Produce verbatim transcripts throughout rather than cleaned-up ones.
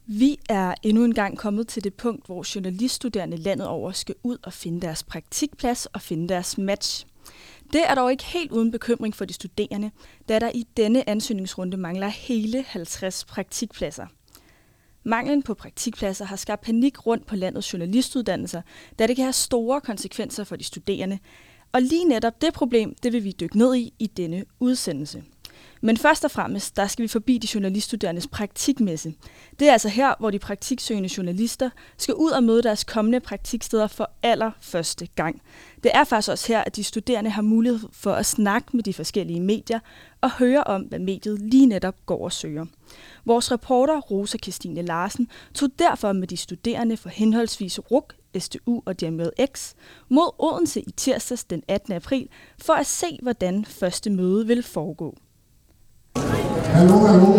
Vi er endnu engang kommet til det punkt, hvor journaliststuderende landet over skal ud og finde deres praktikplads og finde deres match. Det er dog ikke helt uden bekymring for de studerende, da der i denne ansøgningsrunde mangler hele halvtreds praktikpladser. Manglen på praktikpladser har skabt panik rundt på landets journalistuddannelser, da det kan have store konsekvenser for de studerende. Og lige netop det problem, det vil vi dykke ned i i denne udsendelse. Men først og fremmest, der skal vi forbi de journaliststuderendes praktikmesse. Det er altså her, hvor de praktiksøgende journalister skal ud og møde deres kommende praktiksteder for allerførste gang. Det er faktisk også her, at de studerende har mulighed for at snakke med de forskellige medier og høre om, hvad mediet lige netop går og søger. Vores reporter Rosa Kirstine Larsen tog derfor med de studerende for henholdsvis R U C, S T U og D M J X mod Odense i tirsdags den attende april for at se, hvordan første møde vil foregå. Hallo, hallo.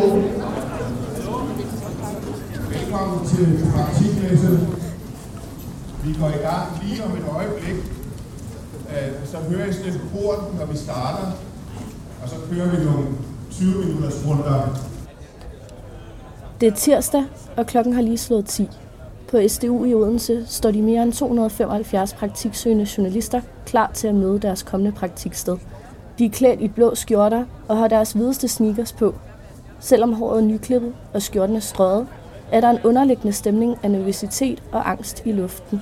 Velkommen til praktikmesse. Vi går i gang lige om et øjeblik. Så hører I stille porten, når vi starter. Og så kører vi nogle tyve minutters runder. Det er tirsdag, og klokken har lige slået ti. På S T U i Odense står de mere end to hundrede og femoghalvfjerds praktiksøgende journalister klar til at møde deres kommende praktiksted. De er klædt i blå skjorter og har deres hvideste sneakers på. Selvom håret er nyklippet og skjorten er strøget, er der en underliggende stemning af nervøsitet og angst i luften.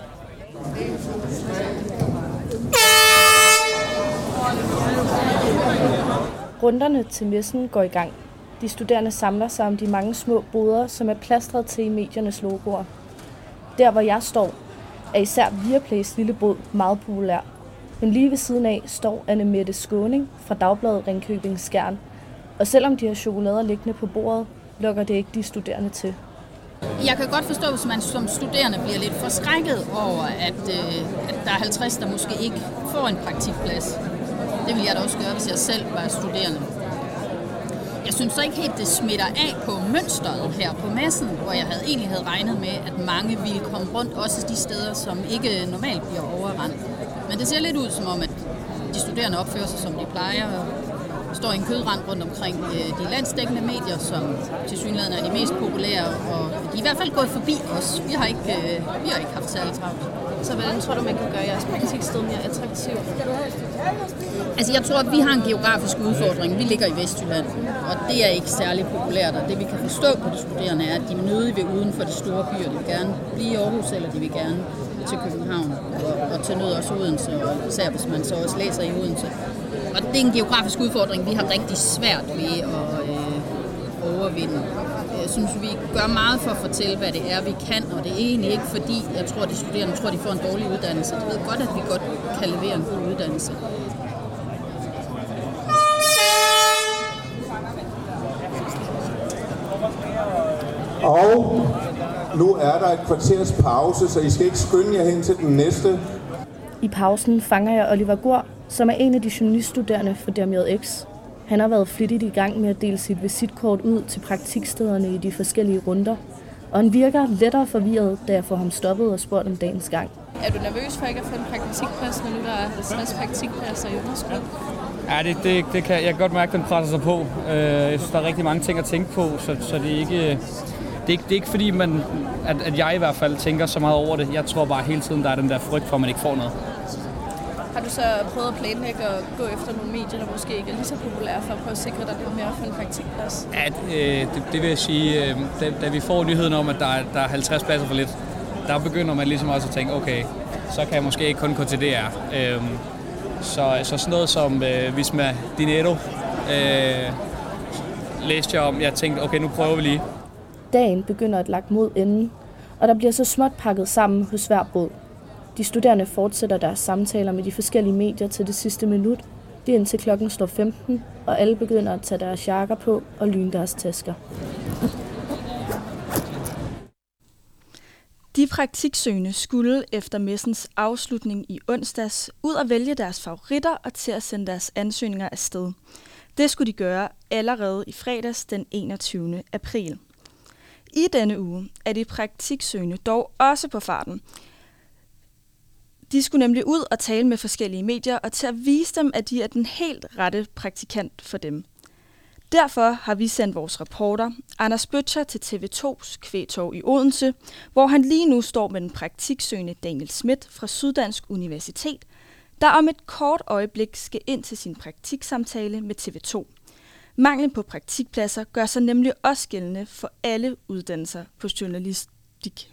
Runderne til messen går i gang. De studerende samler sig om de mange små boder, som er plastret til i mediernes logoer. Der, hvor jeg står, er især Viaplays lille bod meget populær. Men lige ved siden af står Anne Mette Skåning fra Dagbladet Ringkøbing Skjern. Og selvom de har chokolader liggende på bordet, lukker det ikke de studerende til. Jeg kan godt forstå, hvis man som studerende bliver lidt forskrækket over, at, øh, at der er halvtreds, der måske ikke får en praktikplads. Det ville jeg da også gøre, hvis jeg selv var studerende. Jeg synes så ikke helt, det smitter af på mønstret her på messen, hvor jeg havde egentlig havde regnet med, at mange ville komme rundt, også de steder, som ikke normalt bliver overrendt. Men det ser lidt ud som om, at de studerende opfører sig, som de plejer, og står i en kødrand rundt omkring de landsdækkende medier, som tilsyneladende er de mest populære, og de er i hvert fald gået forbi os. Vi har ikke, vi har ikke haft særlig travlt. Så hvordan tror du, man kan gøre jeres praktiksted mere attraktivt? Altså jeg tror, at vi har en geografisk udfordring. Vi ligger i Vestjylland, og det er ikke særlig populært. Og det vi kan forstå på de studerende er, at de nødig vil uden for de store byer. De vil gerne blive i Aarhus, eller de vil gerne til København, og, og til nød også Odense, og især hvis man så også læser i Odense. Og det er en geografisk udfordring, vi har rigtig svært ved at øh, overvinde. Jeg synes, vi gør meget for at fortælle, hvad det er, vi kan, og det er egentlig ikke fordi, jeg tror, at de studerende tror, at de får en dårlig uddannelse. De ved godt, at vi godt kan levere en god uddannelse. Og nu er der et kvarters pause, så I skal ikke skynde jer hen til den næste. I pausen fanger jeg Oliver Gord, som er en af de journaliststuderende for D M J X. Han har været flittigt i gang med at dele sit visitkort ud til praktikstederne i de forskellige runder, og han virker lettere forvirret, da jeg får ham stoppet og spurgt om dagens gang. Er du nervøs for ikke at få en praktikplads, når nu der er halvtreds praktikpladser i underskud? Ja, det, det, det kan, jeg kan godt mærke, at den presser sig på. Jeg synes, der er rigtig mange ting at tænke på, så, så det er ikke... Det er, ikke, det er ikke fordi, man, at, at jeg i hvert fald tænker så meget over det. Jeg tror bare hele tiden, der er den der frygt for, at man ikke får noget. Har du så prøvet at planlægge og gå efter nogle medier, der måske ikke er lige så populære, for at prøve at sikre dig lidt mere for en praktikplads? Ja, øh, det, det vil jeg sige, øh, da, da vi får nyheden om, at der er, der er halvtreds pladser for lidt, der begynder man ligesom også at tænke, okay, så kan jeg måske ikke kun gå til D R. Øh, så, så sådan noget som øh, Visma Dinero øh, læste jeg om, jeg tænkte, okay, nu prøver vi lige. Dagen begynder at lagt mod enden, og der bliver så småt pakket sammen hos hver båd. De studerende fortsætter deres samtaler med de forskellige medier til det sidste minut, det er indtil klokken slår femten, og alle begynder at tage deres jakker på og lyne deres tasker. De praktiksøgende skulle efter messens afslutning i onsdags ud og vælge deres favoritter og til at sende deres ansøgninger afsted. Det skulle de gøre allerede i fredags den enogtyvende april. I denne uge er de praktiksøgende dog også på farten. De skulle nemlig ud og tale med forskellige medier og til at vise dem, at de er den helt rette praktikant for dem. Derfor har vi sendt vores reporter, Anders Bøtcher, til T V to's Kvægtorv i Odense, hvor han lige nu står med den praktiksøgende Daniel Schmidt fra Syddansk Universitet, der om et kort øjeblik skal ind til sin praktiksamtale med T V to. Manglen på praktikpladser gør sig nemlig også gældende for alle uddannelser på journalistik.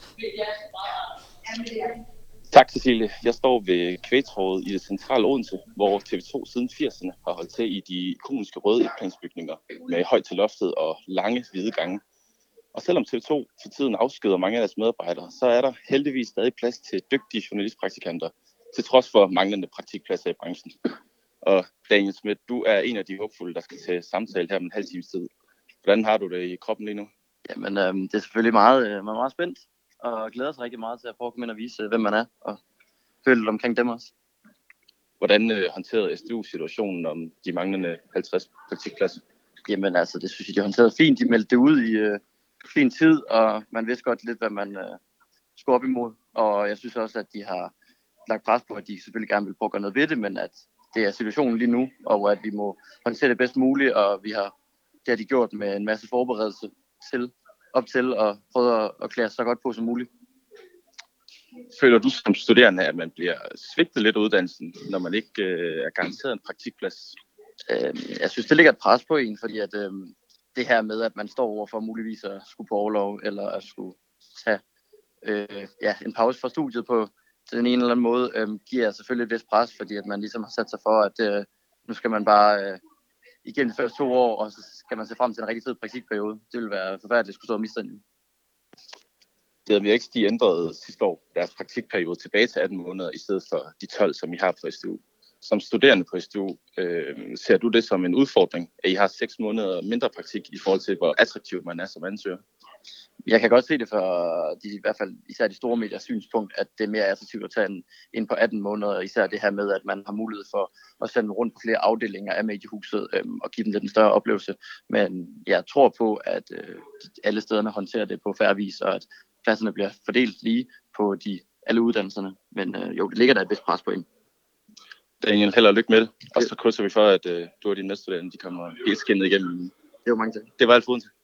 Tak, Cecilie. Jeg står ved Kvægtorvet i det centrale Odense, hvor T V to siden firserne har holdt til i de ikoniske røde etplansbygninger med højt til loftet og lange hvide gange. Og selvom T V to for tiden afskeder mange af deres medarbejdere, så er der heldigvis stadig plads til dygtige journalistpraktikanter, til trods for manglende praktikpladser i branchen. Og Daniel Schmidt, du er en af de håbfulde, der skal til samtale her om en halv times tid. Hvordan har du det i kroppen lige nu? Jamen, øh, det er selvfølgelig meget, øh, man er meget spændt, og glæder sig rigtig meget til at prøve at komme ind og vise, hvem man er, og føle lidt omkring dem også. Hvordan øh, håndterede S D U situationen om de manglende halvtreds praktikpladser? Jamen altså, det synes jeg, de håndterede fint. De meldte det ud i øh, fin tid, og man vidste godt lidt, hvad man øh, skulle op imod. Og jeg synes også, at de har lagt pres på, at de selvfølgelig gerne vil prøve at gøre noget ved det, men at det er situationen lige nu, og at vi må håndtere det bedst muligt, og vi har, det har de gjort med en masse forberedelse til, op til, og prøve at, at klæde så godt på som muligt. Føler du som studerende, at man bliver svigtet lidt af uddannelsen, når man ikke øh, er garanteret en praktikplads? Øh, jeg synes, det ligger et pres på en, fordi at, øh, det her med, at man står over for muligvis at skulle på overlov, eller at skulle tage øh, ja, en pause fra studiet på til den ene eller anden måde, øh, giver selvfølgelig et vist pres, fordi at man ligesom har sat sig for, at øh, nu skal man bare øh, igennem de første to år, og så skal man se frem til en rigtig fed praktikperiode. Det vil være forfærdeligt at skulle stå og miste den. Det havde ikke de ændrede sidste år deres praktikperiode tilbage til atten måneder, i stedet for de tolv, som I har på S D U. Som studerende på S D U, øh, ser du det som en udfordring, at I har seks måneder mindre praktik i forhold til, hvor attraktiv man er som ansøger? Jeg kan godt se det for de, i hvert fald især de store mediers synspunkt, at det er mere attraktivt at tage en ind på atten måneder, især det her med, at man har mulighed for at sende rundt på flere afdelinger af mediehuset øhm, og give dem lidt en større oplevelse. Men jeg tror på, at øh, alle stederne håndterer det på fair vis, og at pladserne bliver fordelt lige på de alle uddannelserne. Men øh, jo, det ligger der et vist pres på en. Daniel, held og lykke med det. Og så krydser vi for, at øh, du og dine medstuderende, de kommer helt skinnet igennem. Det var mange ting. Det var alt for Odense.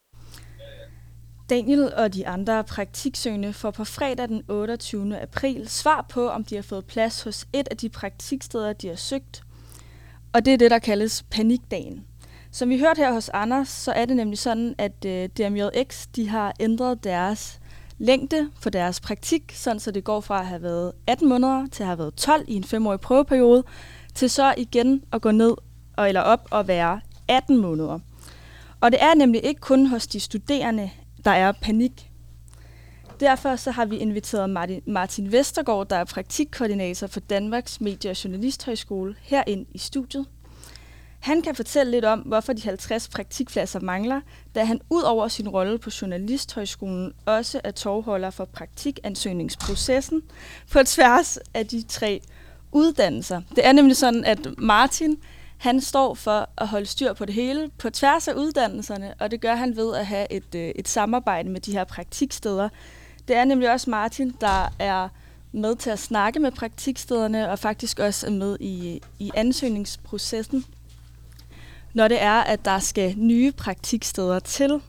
Daniel og de andre praktiksøgende får på fredag den otteogtyvende april svar på, om de har fået plads hos et af de praktiksteder, de har søgt. Og det er det, der kaldes panikdagen. Som vi hørte her hos Anders, så er det nemlig sådan, at øh, D M J X de har ændret deres længde på deres praktik, sådan så det går fra at have været atten måneder til at have været tolv i en femårig prøveperiode, til så igen at gå ned og, eller op og være atten måneder. Og det er nemlig ikke kun hos de studerende, der er panik. Derfor så har vi inviteret Martin, Martin Vestergaard, der er praktikkoordinator for Danmarks Medie- og Journalisthøjskole, herind i studiet. Han kan fortælle lidt om, hvorfor de halvtreds praktikpladser mangler, da han ud over sin rolle på Journalisthøjskolen også er tovholder for praktikansøgningsprocessen på tværs af de tre uddannelser. Det er nemlig sådan, at Martin han står for at holde styr på det hele på tværs af uddannelserne, og det gør han ved at have et, et samarbejde med de her praktiksteder. Det er nemlig også Martin, der er med til at snakke med praktikstederne, og faktisk også er med i, i ansøgningsprocessen, når det er, at der skal nye praktiksteder til.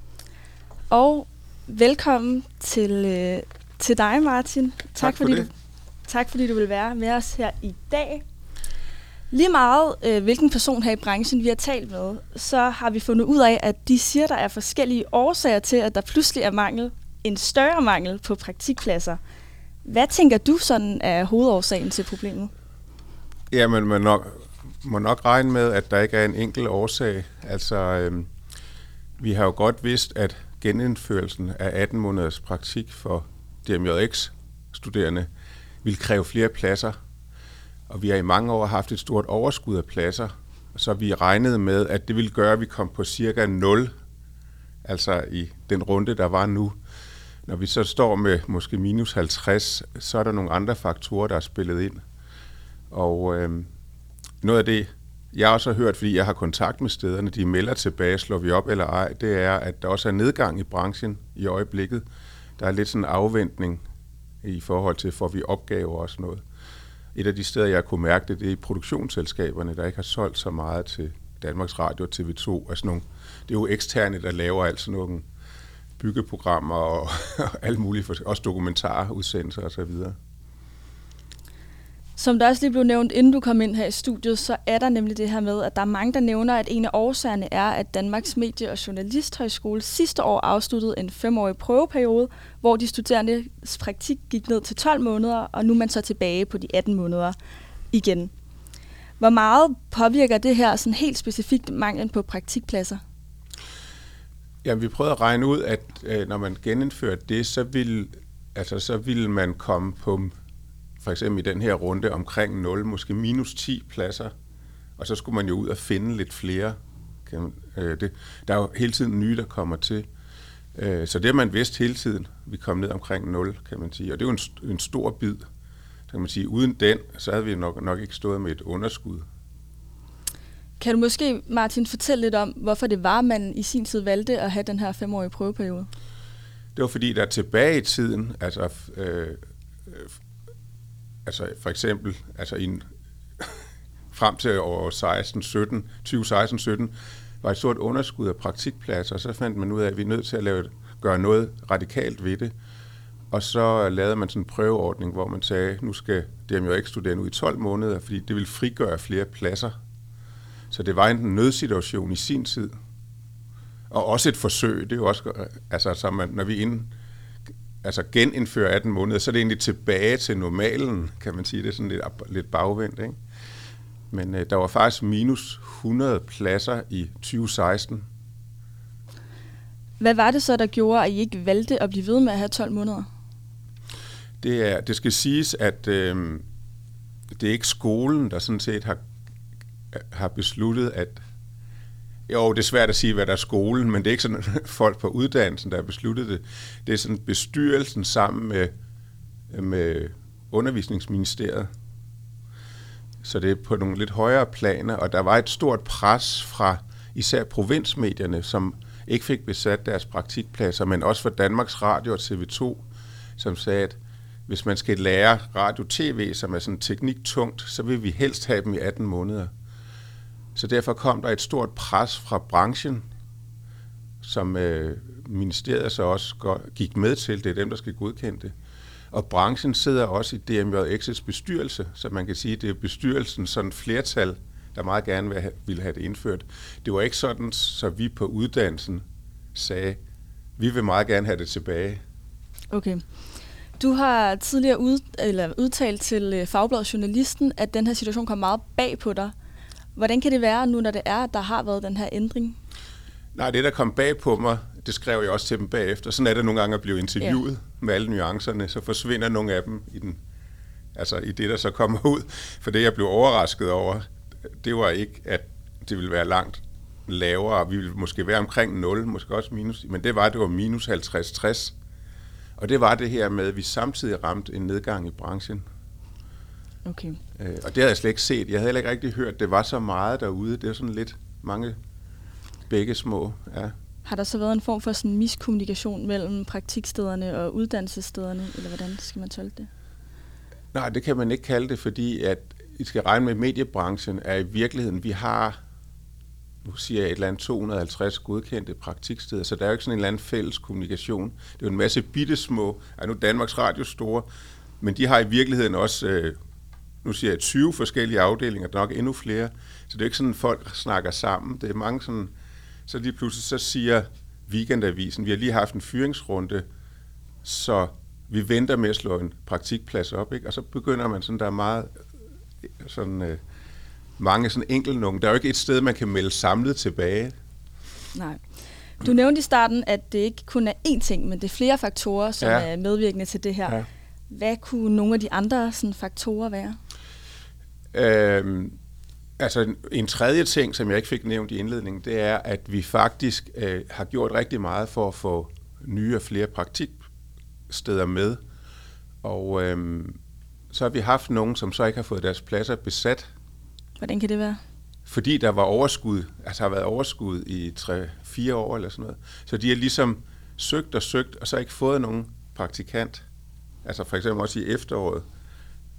Og velkommen til, øh, til dig, Martin. Tak, tak, for fordi du, tak fordi du vil være med os her i dag. Lige meget, øh, hvilken person her i branchen vi har talt med, så har vi fundet ud af, at de siger, at der er forskellige årsager til, at der pludselig er mangel, en større mangel på praktikpladser. Hvad tænker du sådan er hovedårsagen til problemet? Jamen, man nok, må nok regne med, at der ikke er en enkelt årsag. Altså, øhm, vi har jo godt vidst, at genindførelsen af atten måneders praktik for D M J X-studerende vil kræve flere pladser. Og vi har i mange år haft et stort overskud af pladser, så vi regnede med, at det ville gøre, at vi kom på cirka nul, altså i den runde, der var nu. Når vi så står med måske minus halvtreds, så er der nogle andre faktorer, der er spillet ind. Og øh, noget af det, jeg også har hørt, fordi jeg har kontakt med stederne, de melder tilbage, slår vi op eller ej, det er, at der også er nedgang i branchen i øjeblikket. Der er lidt sådan en afventning i forhold til, får vi opgaver og sådan noget. Et af de steder, jeg kunne mærke det, det er i produktionsselskaberne, der ikke har solgt så meget til Danmarks Radio og T V to. Altså nogle, det er jo eksterne, der laver altså nogle byggeprogrammer og, og alt muligt, også dokumentarudsendelser og så videre. Som der også lige blev nævnt, inden du kom ind her i studiet, så er der nemlig det her med, at der er mange, der nævner, at en af årsagerne er, at Danmarks Medie- og Journalisthøjskole sidste år afsluttede en femårig prøveperiode, hvor de studerendes praktik gik ned til tolv måneder, og nu er man så tilbage på de atten måneder igen. Hvor meget påvirker det her sådan helt specifikt manglen på praktikpladser? Ja, vi prøvede at regne ud, at øh, når man genindførte det, så ville, altså, så ville man komme på, for eksempel i den her runde, omkring nul, måske minus ti pladser, og så skulle man jo ud og finde lidt flere. Kan man, øh, det, der er jo hele tiden nye, der kommer til. Øh, så det har man vidst hele tiden. Vi kom ned omkring nul, kan man sige, og det er jo en, en stor bid. Kan man sige, uden den, så havde vi nok, nok ikke stået med et underskud. Kan du måske, Martin, fortælle lidt om, hvorfor det var, man i sin tid valgte at have den her femårige prøveperiode? Det var fordi, der tilbage i tiden, altså, øh, øh, altså for eksempel altså i, frem til år seksten sytten, tyve seksten sytten, var et stort underskud af praktikpladser, og så fandt man ud af, at vi er nødt til at lave, gøre noget radikalt ved det. Og så lavede man sådan en prøveordning, hvor man sagde, nu skal D M J X-studerende ud i tolv måneder, fordi det vil frigøre flere pladser. Så det var en nødsituation i sin tid. Og også et forsøg. Det er jo også, altså, så man, når vi ind, altså genindfører atten måneder, så er det egentlig tilbage til normalen, kan man sige. Det er sådan lidt, lidt bagvendt, ikke? Men øh, der var faktisk minus hundrede pladser i tyve seksten. Hvad var det så, der gjorde, at I ikke valgte at blive ved med at have tolv måneder? Det, er, det skal siges, at øh, det er ikke skolen, der sådan set har, har besluttet, at jo, det er svært at sige, hvad der er skolen, men det er ikke sådan folk på uddannelsen, der har besluttet det. Det er sådan bestyrelsen sammen med, med Undervisningsministeriet. Så det er på nogle lidt højere planer, og der var et stort pres fra især provinsmedierne, som ikke fik besat deres praktikpladser, men også fra Danmarks Radio og T V to, som sagde, at hvis man skal lære radio-tv, som er sådan tekniktungt, så vil vi helst have dem i atten måneder. Så derfor kom der et stort pres fra branchen, som øh, ministeriet så også går, gik med til. Det er dem, der skal godkende det. Og branchen sidder også i D M J X's bestyrelse, så man kan sige, at det er bestyrelsen, sådan flertal, der meget gerne vil have, ville have det indført. Det var ikke sådan, så vi på uddannelsen sagde, vi vil meget gerne have det tilbage. Okay. Du har tidligere ud, eller udtalt til Fagbladet Journalisten, at den her situation kom meget bag på dig. Hvordan kan det være nu, når det er, at der har været den her ændring? Nej, det der kom bag på mig, det skrev jeg også til dem bagefter. Sådan er det nogle gange at blive interviewet ja. med alle nuancerne, så forsvinder nogle af dem i, den, altså i det, der så kommer ud. For det, jeg blev overrasket over, det var ikke, at det ville være langt lavere. Vi ville måske være omkring nul, måske også minus, men det var, det var minus halvtreds tres. Og det var det her med, at vi samtidig ramte en nedgang i branchen. Okay. Øh, og det havde jeg slet ikke set. Jeg havde heller ikke rigtig hørt, at det var så meget derude. Det er sådan lidt mange begge små. Ja. Har der så været en form for sådan miskommunikation mellem praktikstederne og uddannelsesstederne, eller hvordan skal man tolke det? Nej, det kan man ikke kalde det, fordi at I skal regne med, mediebranchen er i virkeligheden, vi har, nu siger jeg et eller andet to hundrede og halvtreds godkendte praktiksteder, så der er jo ikke sådan en eller anden fælles kommunikation. Det er jo en masse bittesmå, er nu Danmarks Radio store, men de har i virkeligheden også, øh, nu siger jeg tyve forskellige afdelinger, der er nok endnu flere, så det er ikke sådan, at folk snakker sammen. Det er mange sådan, så lige pludselig så siger Weekendavisen, vi har lige haft en fyringsrunde, så vi venter med at slå en praktikplads op, ikke? Og så begynder man sådan, der er meget sådan øh, mange sådan enkeltnunge. Der er jo ikke et sted, man kan melde samlet tilbage. Nej. Du nævnte i starten, at det ikke kun er én ting, men det er flere faktorer, som ja. er medvirkende til det her. Ja. Hvad kunne nogle af de andre sådan, faktorer være? Øhm, altså en, en tredje ting, som jeg ikke fik nævnt i indledningen, det er, at vi faktisk øh, har gjort rigtig meget for at få nye og flere praktiksteder med. Og øhm, så har vi haft nogen, som så ikke har fået deres pladser besat. Hvordan kan det være? Fordi der var overskud, altså har været overskud i tre fire år eller sådan noget. Så de har ligesom søgt og søgt, og så ikke fået nogen praktikant. Altså for eksempel også i efteråret.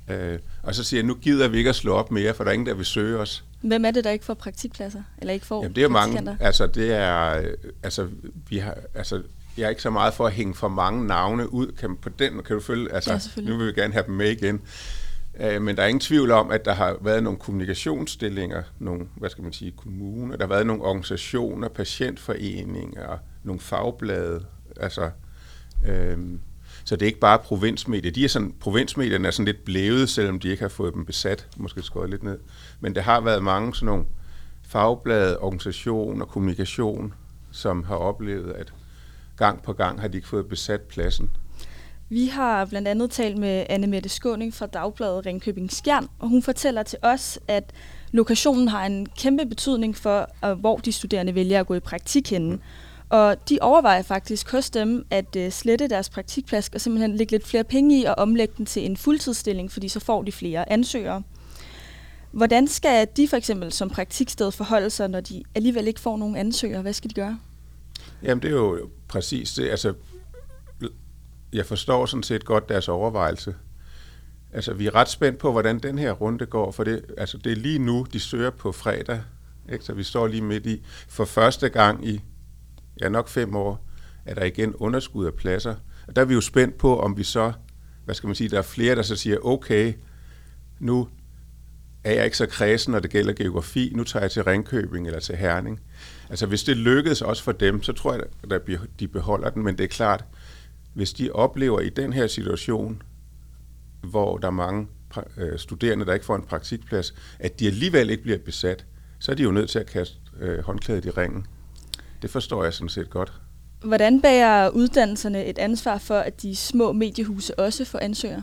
Øh, og så siger jeg, nu gider vi ikke at slå op mere, for der er ingen, der vil søge os. Hvem er det, der ikke får praktikpladser? Eller ikke får Jamen, det er jo mange. Altså, det er, altså, vi har, altså, jeg er ikke så meget for at hænge for mange navne ud. Kan, på den kan du følge? Altså, ja, nu vil vi gerne have dem med igen. Uh, men der er ingen tvivl om, at der har været nogle kommunikationsstillinger, nogle, hvad skal man sige, kommuner, der har været nogle organisationer, patientforeninger, nogle fagblade, altså, øhm, så det er ikke bare provinsmedier. De er sådan, provinsmedierne er sådan lidt blevet, selvom de ikke har fået dem besat, måske skåret lidt ned. Men der har været mange sådan nogle fagblade, organisationer, kommunikation, som har oplevet, at gang på gang har de ikke fået besat pladsen. Vi har blandt andet talt med Anne-Mette Skaaning fra Dagbladet Ringkøbing Skjern, og hun fortæller til os, at lokationen har en kæmpe betydning for, hvor de studerende vælger at gå i praktik henne. Og de overvejer faktisk hos dem at uh, slette deres praktikplads og simpelthen lægge lidt flere penge i og omlægge den til en fuldtidsstilling, fordi så får de flere ansøgere. Hvordan skal de for eksempel som praktiksted forholde sig, når de alligevel ikke får nogen ansøgere? Hvad skal de gøre? Jamen det er jo præcis det. Altså, jeg forstår sådan set godt deres overvejelse. Altså vi er ret spændt på, hvordan den her runde går, for det, altså, det er lige nu, de søger på fredag. Ikke? Så vi står lige midt i. For første gang i ja, nok fem år, er der igen underskud af pladser. Og der er vi jo spændt på, om vi så, hvad skal man sige, der er flere, der så siger, okay, nu er jeg ikke så kredsen, når det gælder geografi, nu tager jeg til Ringkøbing eller til Herning. Altså hvis det lykkedes også for dem, så tror jeg, at de beholder den, men det er klart, hvis de oplever i den her situation, hvor der er mange studerende, der ikke får en praktikplads, at de alligevel ikke bliver besat, så er de jo nødt til at kaste øh, håndklædet i ringen. Det forstår jeg sådan set godt. Hvordan bærer uddannelserne et ansvar for, at de små mediehuse også får ansøgere?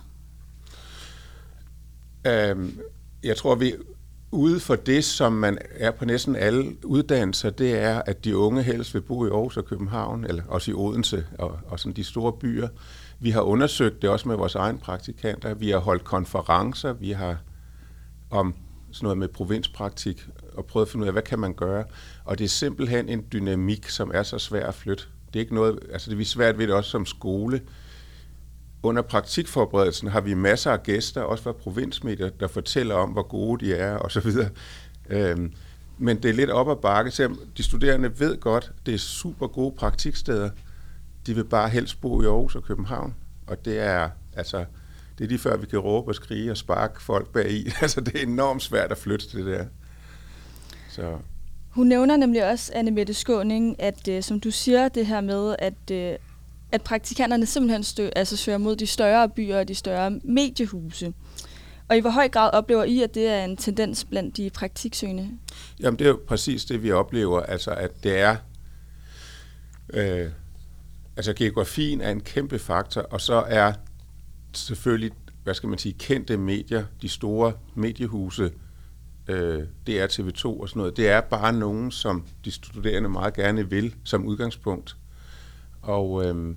Øhm, jeg tror, vi ude for det, som man er på næsten alle uddannelser, det er, at de unge helst vil bo i Aarhus og København, eller også i Odense og, og sådan de store byer. Vi har undersøgt det også med vores egne praktikanter. Vi har holdt konferencer, vi har om sådan noget med provinspraktik og prøvet at finde ud af, hvad kan man gøre. Og det er simpelthen en dynamik, som er så svær at flytte. Det er ikke noget, altså det er svært ved det også som skole. Under praktikforberedelsen har vi masser af gæster, også fra provinsmedier, der fortæller om, hvor gode de er, og så videre. Øhm, men det er lidt op ad bakke, selvom de studerende ved godt, det er super gode praktiksteder. De vil bare helst bo i Aarhus og København, og det er altså det er lige før, vi kan råbe og skrige og sparke folk bag i. Altså det er enormt svært at flytte det der. Så. Hun nævner nemlig også, Anne-Mette Skaaning, at uh, som du siger, det her med, at, uh, at praktikanterne simpelthen stø, altså søger mod de større byer og de større mediehuse. Og i hvor høj grad oplever I, at det er en tendens blandt de praktiksøgende? Jamen det er jo præcis det, vi oplever. Altså at det er... Øh, altså geografien er en kæmpe faktor, og så er selvfølgelig, hvad skal man sige, kendte medier, de store mediehuse, øh, D R, T V to og sådan noget, det er bare nogen, som de studerende meget gerne vil som udgangspunkt. Og øh,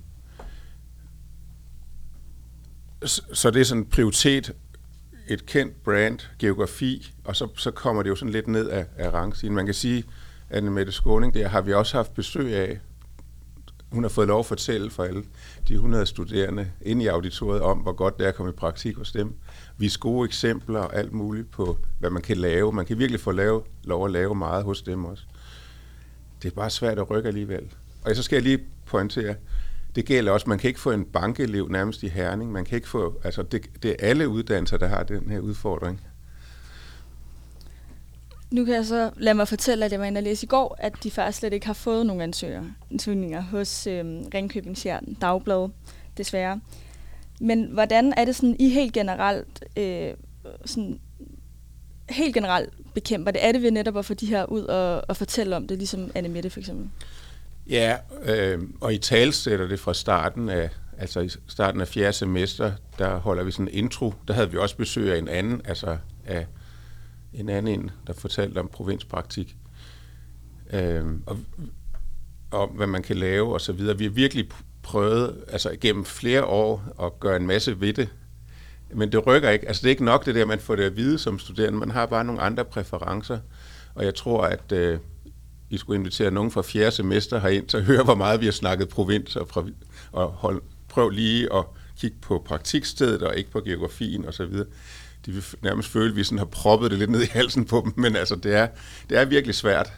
så det er sådan en prioritet, et kendt brand, geografi, og så, så kommer det jo sådan lidt ned af, af rangstigen. Man kan sige, at Anne-Mette Skaaning, der har vi også haft besøg af. Hun har fået lov at fortælle for alle de hundrede studerende inde i auditoriet om, hvor godt det er at komme i praktik hos dem. Vi har gode eksempler og alt muligt på, hvad man kan lave. Man kan virkelig få lave, lov at lave meget hos dem også. Det er bare svært at rykke alligevel. Og så skal jeg lige pointere, det gælder også, man kan ikke få en bankelev nærmest i Herning. Man kan ikke få, altså det, det er alle uddannelser, der har den her udfordring. Nu kan jeg så lade mig fortælle, at jeg var inde og læse i går, at de faktisk slet ikke har fået nogen ansøgninger hos øhm, Ringkøbing Skjern Dagblad, desværre. Men hvordan er det sådan, I helt generelt, øh, sådan, helt generelt bekæmper det? Er det ved netop at få de her ud og, og fortælle om det, ligesom Anne-Mette for eksempel? Ja, øh, og i talsætter det fra starten af, altså i starten af fjerde semester, der holder vi sådan en intro. Der havde vi også besøg af en anden, altså af en anden en, der fortalte om provinspraktik, øh, og, og hvad man kan lave og så videre. Vi har virkelig prøvet, altså gennem flere år, at gøre en masse ved det, men det rykker ikke. Altså det er ikke nok det der, man får det at vide som studerende. Man har bare nogle andre præferencer, og jeg tror, at øh, I skulle invitere nogen fra fjerde semester herind, så høre, hvor meget vi har snakket provins, og, fra, og hold, prøv lige at kigge på praktikstedet og ikke på geografien og så videre. De vil nærmest føle, at vi sådan har proppet det lidt ned i halsen på dem, men altså, det er, det er virkelig svært.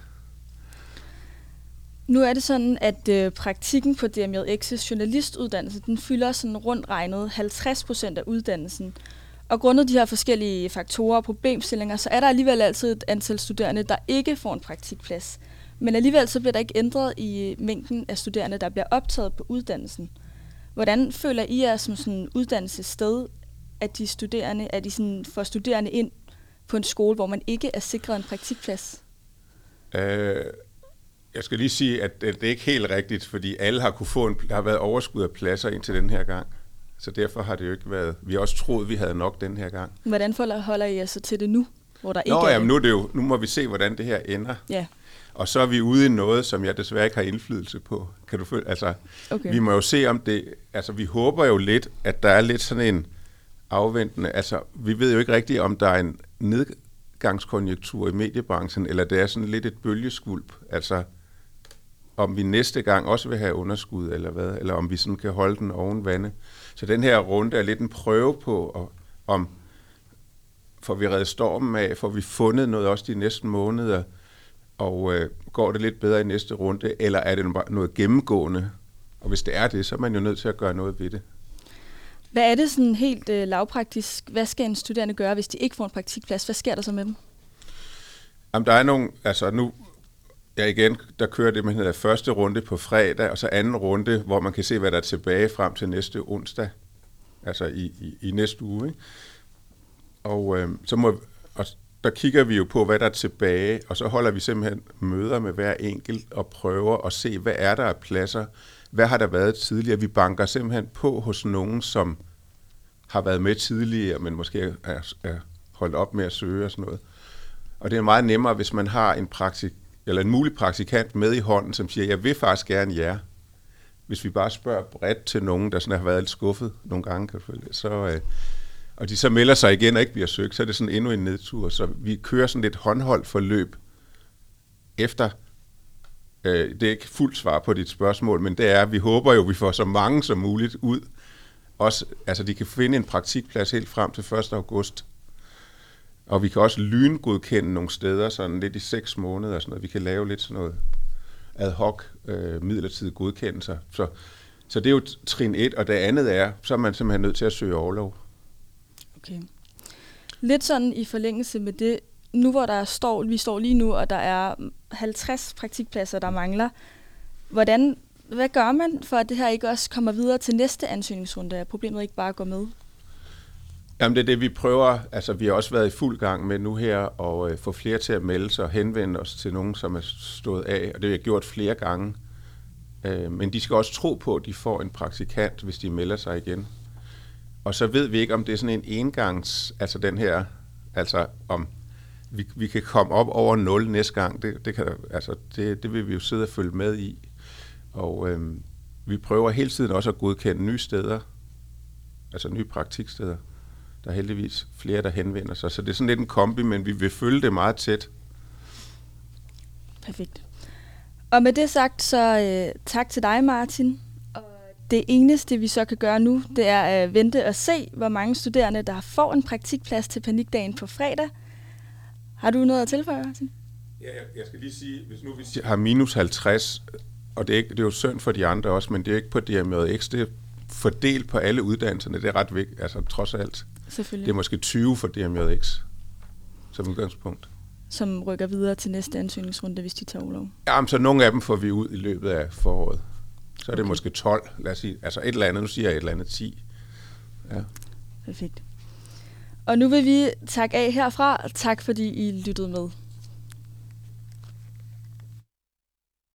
Nu er det sådan, at øh, praktikken på D M J X's journalistuddannelse, den fylder sådan rundt regnet halvtreds procent af uddannelsen. Og grundet de her forskellige faktorer og problemstillinger, så er der alligevel altid et antal studerende, der ikke får en praktikplads. Men alligevel så bliver der ikke ændret i mængden af studerende, der bliver optaget på uddannelsen. Hvordan føler I jer som sådan et uddannelsessted, at de studerende, at de sådan får studerende ind på en skole, hvor man ikke er sikret en praktikplads? Øh, jeg skal lige sige, at det er ikke helt rigtigt, fordi alle har kunne få en, der har været overskud af pladser indtil den her gang. Så derfor har det jo ikke været. Vi har også troet, at vi havde nok den her gang. Hvordan holder I jer så til det nu, hvor der Nå, ikke er jamen, nu, er det jo, nu må vi se, hvordan det her ender. Ja. Og så er vi ude i noget, som jeg desværre ikke har indflydelse på. Kan du følge? Altså, okay. Vi må jo se om det. Altså, vi håber jo lidt, at der er lidt sådan en afventende. Altså, vi ved jo ikke rigtigt, om der er en nedgangskonjunktur i mediebranchen, eller det er sådan lidt et bølgeskvulp. Altså, om vi næste gang også vil have underskud, eller hvad, eller om vi sådan kan holde den oven vande. Så den her runde er lidt en prøve på, og, om får vi reddet stormen af, får vi fundet noget også de næste måneder, og øh, går det lidt bedre i næste runde, eller er det noget gennemgående? Og hvis det er det, så er man jo nødt til at gøre noget ved det. Hvad er det sådan helt øh, lavpraktisk? Hvad skal en studerende gøre, hvis de ikke får en praktikplads? Hvad sker der så med dem? Jamen, der er nogle, altså nu, ja igen, der kører det, man hedder første runde på fredag, og så anden runde, hvor man kan se, hvad der er tilbage frem til næste onsdag, altså i, i, i næste uge, ikke? Og øh, så må, og der kigger vi jo på, hvad der er tilbage, og så holder vi simpelthen møder med hver enkelt og prøver at se, hvad er der af pladser, hvad har der været tidligere. Vi banker simpelthen på hos nogen, som har været med tidligere, men måske er, er holdt op med at søge og sådan noget. Og det er meget nemmere, hvis man har en praktik, eller en mulig praktikant med i hånden, som siger, jeg vil faktisk gerne jer. Hvis vi bare spørger bredt til nogen, der sådan har været lidt skuffet nogle gange, kan følge, så, øh, og de så melder sig igen og ikke bliver søgt, så er det sådan endnu en nedtur. Så vi kører sådan lidt håndholdt forløb efter. Øh, det er ikke fuldt svar på dit spørgsmål, men det er, vi håber jo, vi får så mange som muligt ud. Også, altså de kan finde en praktikplads helt frem til første august. Og vi kan også lyngodkende nogle steder, sådan lidt i seks måneder og sådan noget. Vi kan lave lidt sådan noget ad hoc øh, midlertidige godkendelser. Så, så det er jo trin et, og det andet er, så er man simpelthen nødt til at søge orlov. Okay. Lidt sådan i forlængelse med det, nu hvor der står, vi står lige nu, og der er halvtreds praktikpladser, der mangler. Hvordan, hvad gør man for, at det her ikke også kommer videre til næste ansøgningsrunde? Er problemet ikke bare at gå med? Jamen det er det, vi prøver. Altså vi har også været i fuld gang med nu her, og øh, få flere til at melde sig og henvende os til nogen, som er stået af. Og det har vi gjort flere gange. Øh, men de skal også tro på, at de får en praktikant, hvis de melder sig igen. Og så ved vi ikke, om det er sådan en engangs, altså den her, altså om vi, vi kan komme op over nul næste gang. Det, det, kan, altså det, det vil vi jo sidde og følge med i. Og øh, vi prøver hele tiden også at godkende nye steder, altså nye praktiksteder. Der er heldigvis flere, der henvender sig. Så det er sådan lidt en kombi, men vi vil følge det meget tæt. Perfekt. Og med det sagt, så øh, tak til dig, Martin. Og det eneste, vi så kan gøre nu, det er at vente og se, hvor mange studerende, der får en praktikplads til panikdagen på fredag. Har du noget at tilføje, Martin? Ja, jeg skal lige sige, hvis nu vi har minus halvtreds, og det er, ikke, det er jo synd for de andre også, men det er ikke på D M J X, det er fordelt på alle uddannelserne, det er ret vigtigt, altså trods alt. Selvfølgelig. Det er måske tyve for D M J X som udgangspunkt. Som rykker videre til næste ansøgningsrunde, hvis de tager orlov. Jamen, så nogle af dem får vi ud i løbet af foråret. Så er det okay. Måske tolv, lad os sige. Altså et eller andet, nu siger jeg et eller andet ti. Ja. Perfekt. Og nu vil vi takke af herfra, og tak fordi I lyttede med.